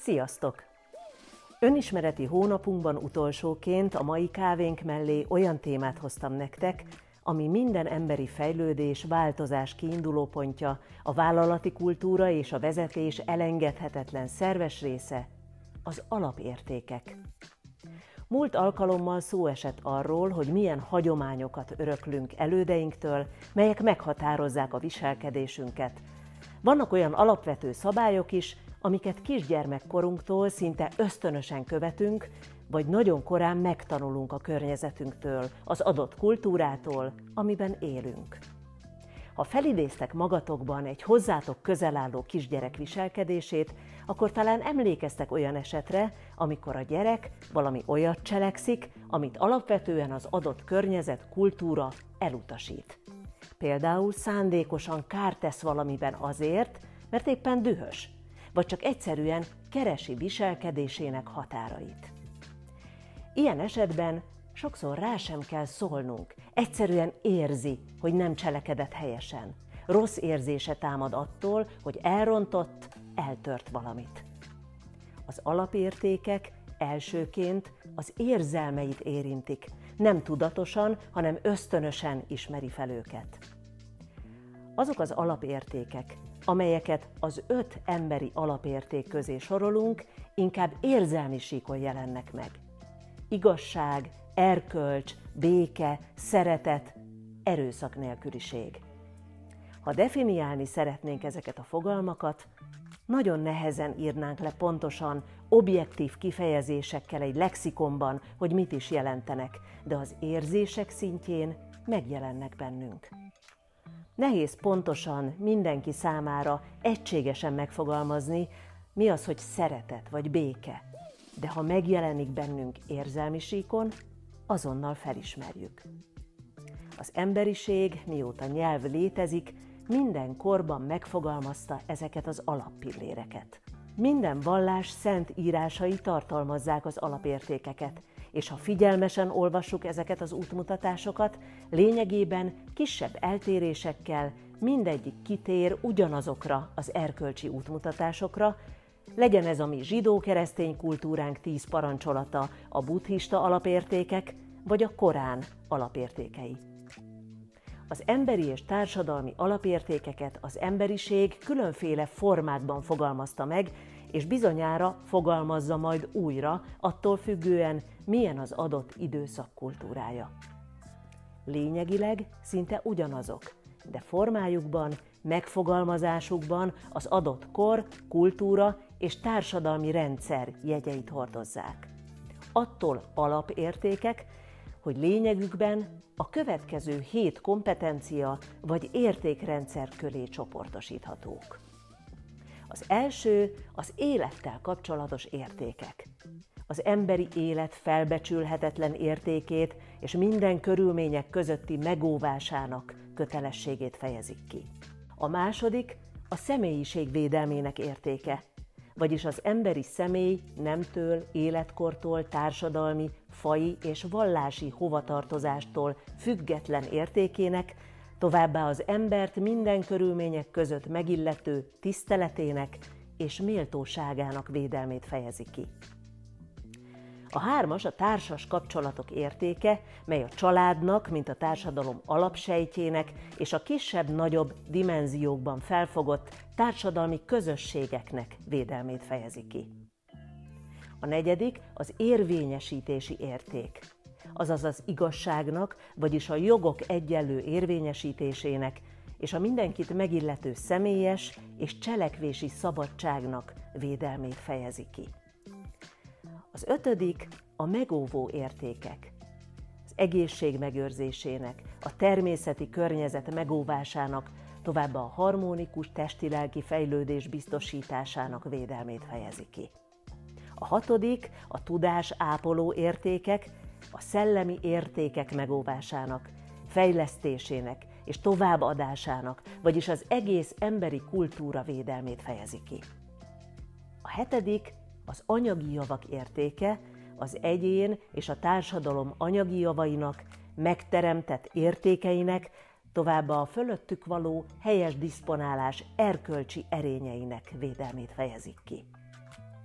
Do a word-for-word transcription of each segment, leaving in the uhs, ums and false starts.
Sziasztok! Önismereti hónapunkban utolsóként a mai kávénk mellé olyan témát hoztam nektek, ami minden emberi fejlődés, változás kiindulópontja, a vállalati kultúra és a vezetés elengedhetetlen szerves része, az alapértékek. Múlt alkalommal szó esett arról, hogy milyen hagyományokat öröklünk elődeinktől, melyek meghatározzák a viselkedésünket. Vannak olyan alapvető szabályok is, amiket kisgyermekkorunktól szinte ösztönösen követünk, vagy nagyon korán megtanulunk a környezetünktől, az adott kultúrától, amiben élünk. Ha felidéztek magatokban egy hozzátok közel álló kisgyerek viselkedését, akkor talán emlékeztek olyan esetre, amikor a gyerek valami olyat cselekszik, amit alapvetően az adott környezet, kultúra elutasít. Például szándékosan kárt tesz valamiben azért, mert éppen dühös, vagy csak egyszerűen keresi viselkedésének határait. Ilyen esetben sokszor rá sem kell szólnunk, egyszerűen érzi, hogy nem cselekedett helyesen. Rossz érzése támad attól, hogy elrontott, eltört valamit. Az alapértékek elsőként az érzelmeit érintik, nem tudatosan, hanem ösztönösen ismeri fel őket. Azok az alapértékek, amelyeket az öt emberi alapérték közé sorolunk, inkább érzelmi síkon jelennek meg. Igazság, erkölcs, béke, szeretet, erőszak nélküliség. Ha definiálni szeretnénk ezeket a fogalmakat, nagyon nehezen írnánk le pontosan, objektív kifejezésekkel egy lexikonban, hogy mit is jelentenek, de az érzések szintjén megjelennek bennünk. Nehéz pontosan mindenki számára egységesen megfogalmazni, mi az, hogy szeretet vagy béke, de ha megjelenik bennünk érzelmi síkon, azonnal felismerjük. Az emberiség, mióta nyelv létezik, minden korban megfogalmazta ezeket az alappilléreket. Minden vallás szent írásai tartalmazzák az alapértékeket, és ha figyelmesen olvassuk ezeket az útmutatásokat, lényegében kisebb eltérésekkel mindegyik kitér ugyanazokra az erkölcsi útmutatásokra, legyen ez a mi zsidó-keresztény kultúránk tíz parancsolata, a buddhista alapértékek, vagy a Korán alapértékei. Az emberi és társadalmi alapértékeket az emberiség különféle formákban fogalmazta meg, és bizonyára fogalmazza majd újra, attól függően, milyen az adott időszak kultúrája. Lényegileg szinte ugyanazok, de formájukban, megfogalmazásukban az adott kor, kultúra és társadalmi rendszer jegyeit hordozzák. Attól alapértékek, hogy lényegükben a következő hét kompetencia vagy értékrendszer köré csoportosíthatók. Az első az élettel kapcsolatos értékek. Az emberi élet felbecsülhetetlen értékét és minden körülmények közötti megóvásának kötelességét fejezik ki. A második a személyiség védelmének értéke, vagyis az emberi személy nemtől, életkortól, társadalmi, faji és vallási hovatartozástól független értékének, továbbá az embert minden körülmények között megillető tiszteletének és méltóságának védelmét fejezi ki. A hármas a társas kapcsolatok értéke, mely a családnak, mint a társadalom alapsejtjének és a kisebb-nagyobb dimenziókban felfogott társadalmi közösségeknek védelmét fejezi ki. A negyedik az érvényesítési érték, azaz az igazságnak, vagyis a jogok egyenlő érvényesítésének és a mindenkit megillető személyes és cselekvési szabadságnak védelmét fejezi ki. Az ötödik a megóvó értékek, az egészség megőrzésének, a természeti környezet megóvásának, továbbá a harmonikus testi-lelki fejlődés biztosításának védelmét fejezi ki. A hatodik a tudás ápoló értékek, a szellemi értékek megóvásának, fejlesztésének és továbbadásának, vagyis az egész emberi kultúra védelmét fejezi ki. A hetedik az anyagi javak értéke, az egyén és a társadalom anyagi javainak, megteremtett értékeinek, továbbá a fölöttük való helyes diszponálás erkölcsi erényeinek védelmét fejezik ki.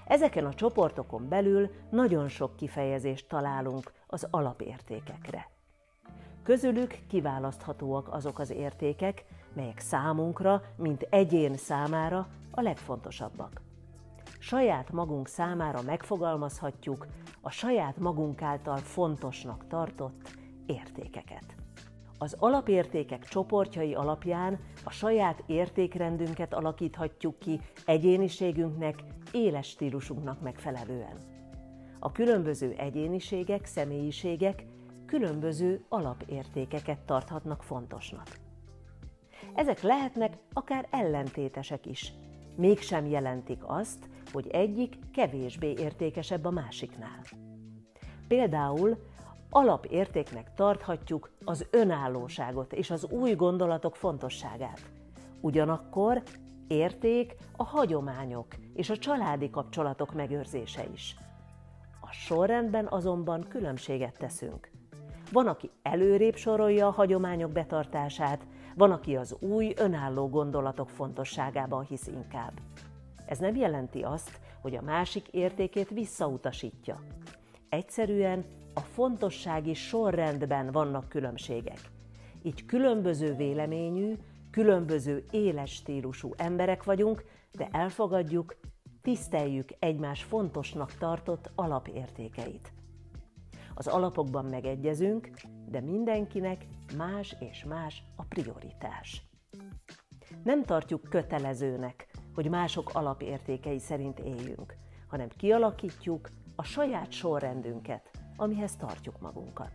Ezeken a csoportokon belül nagyon sok kifejezést találunk az alapértékekre. Közülük kiválaszthatóak azok az értékek, melyek számunkra, mint egyén számára a legfontosabbak. Saját magunk számára megfogalmazhatjuk a saját magunk által fontosnak tartott értékeket. Az alapértékek csoportjai alapján a saját értékrendünket alakíthatjuk ki egyéniségünknek, éles stílusunknak megfelelően. A különböző egyéniségek, személyiségek különböző alapértékeket tarthatnak fontosnak. Ezek lehetnek akár ellentétesek is, mégsem jelentik azt, hogy egyik kevésbé értékesebb a másiknál. Például alapértéknek tarthatjuk az önállóságot és az új gondolatok fontosságát. Ugyanakkor érték a hagyományok és a családi kapcsolatok megőrzése is. A sorrendben azonban különbséget teszünk. Van, aki előrébb sorolja a hagyományok betartását, van, aki az új, önálló gondolatok fontosságában hisz inkább. Ez nem jelenti azt, hogy a másik értékét visszautasítja. Egyszerűen a fontossági sorrendben vannak különbségek. Így különböző véleményű, különböző éles stílusú emberek vagyunk, de elfogadjuk, tiszteljük egymás fontosnak tartott alapértékeit. Az alapokban megegyezünk, de mindenkinek más és más a prioritás. Nem tartjuk kötelezőnek, hogy mások alapértékei szerint éljünk, hanem kialakítjuk a saját sorrendünket, amihez tartjuk magunkat.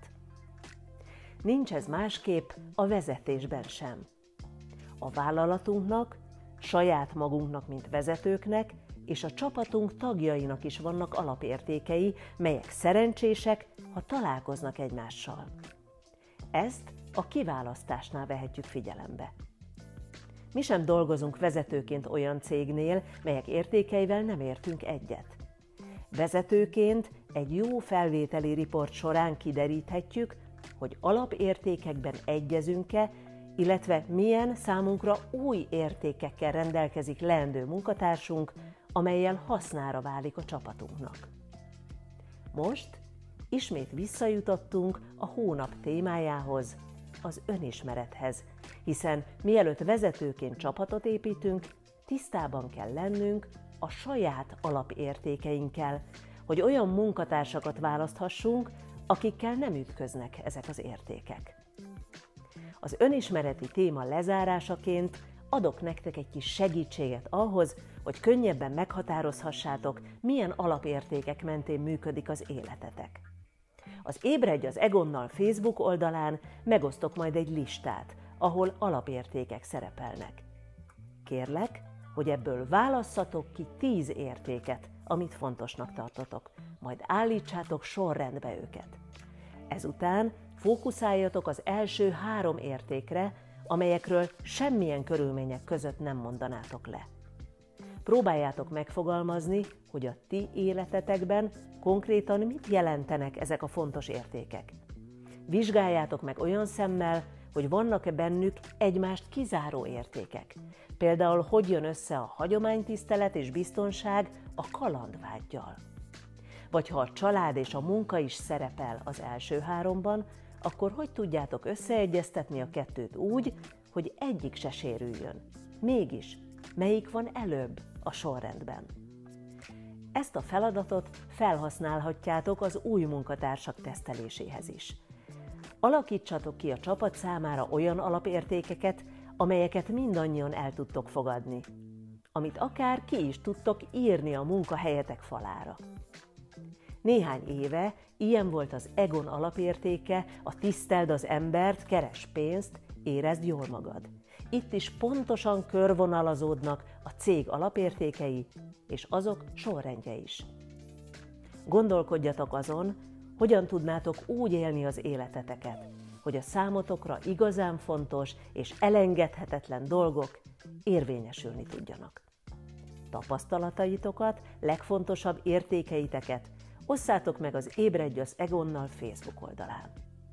Nincs ez másképp a vezetésben sem. A vállalatunknak, saját magunknak, mint vezetőknek, és a csapatunk tagjainak is vannak alapértékei, melyek szerencsések, ha találkoznak egymással. Ezt a kiválasztásnál vehetjük figyelembe. Mi sem dolgozunk vezetőként olyan cégnél, melyek értékeivel nem értünk egyet. Vezetőként egy jó felvételi riport során kideríthetjük, hogy alapértékekben egyezünk-e, illetve milyen számunkra új értékekkel rendelkezik leendő munkatársunk, amellyel hasznára válik a csapatunknak. Most ismét visszajutottunk a hónap témájához, az önismerethez, hiszen mielőtt vezetőként csapatot építünk, tisztában kell lennünk a saját alapértékeinkkel, hogy olyan munkatársakat választhassunk, akikkel nem ütköznek ezek az értékek. Az önismereti téma lezárásaként adok nektek egy kis segítséget ahhoz, hogy könnyebben meghatározhassátok, milyen alapértékek mentén működik az életetek. Az Ébredj az Egonnal Facebook oldalán megosztok majd egy listát, ahol alapértékek szerepelnek. Kérlek, hogy ebből válasszatok ki tíz értéket, amit fontosnak tartotok, majd állítsátok sorrendbe őket. Ezután fókuszáljatok az első három értékre, amelyekről semmilyen körülmények között nem mondanátok le. Próbáljátok megfogalmazni, hogy a ti életetekben konkrétan mit jelentenek ezek a fontos értékek. Vizsgáljátok meg olyan szemmel, hogy vannak-e bennük egymást kizáró értékek. Például, hogy jön össze a hagyománytisztelet és biztonság a kalandvággyal. Vagy ha a család és a munka is szerepel az első háromban, akkor hogy tudjátok összeegyeztetni a kettőt úgy, hogy egyik se sérüljön. Mégis, melyik van előbb a sorrendben? Ezt a feladatot felhasználhatjátok az új munkatársak teszteléséhez is. Alakítsatok ki a csapat számára olyan alapértékeket, amelyeket mindannyian el tudtok fogadni, amit akár ki is tudtok írni a munkahelyetek falára. Néhány éve ilyen volt az Egon alapértéke, a tiszteld az embert, keresd pénzt, érezd jól magad. Itt is pontosan körvonalazódnak a cég alapértékei, és azok sorrendje is. Gondolkodjatok azon, hogyan tudnátok úgy élni az életeteket, hogy a számotokra igazán fontos és elengedhetetlen dolgok érvényesülni tudjanak. Tapasztalataitokat, legfontosabb értékeiteket osszátok meg az Ébredj az Egonnal Facebook oldalán.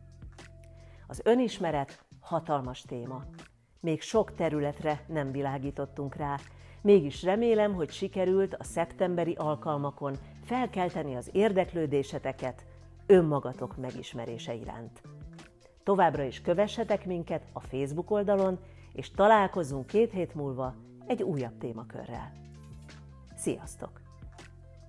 Az önismeret hatalmas téma. Még sok területre nem világítottunk rá, Mégis remélem, hogy sikerült a szeptemberi alkalmakon felkelteni az érdeklődéseteket önmagatok megismerése iránt. Továbbra is kövessetek minket a Facebook oldalon, és találkozzunk két hét múlva egy újabb témakörrel. Sziasztok!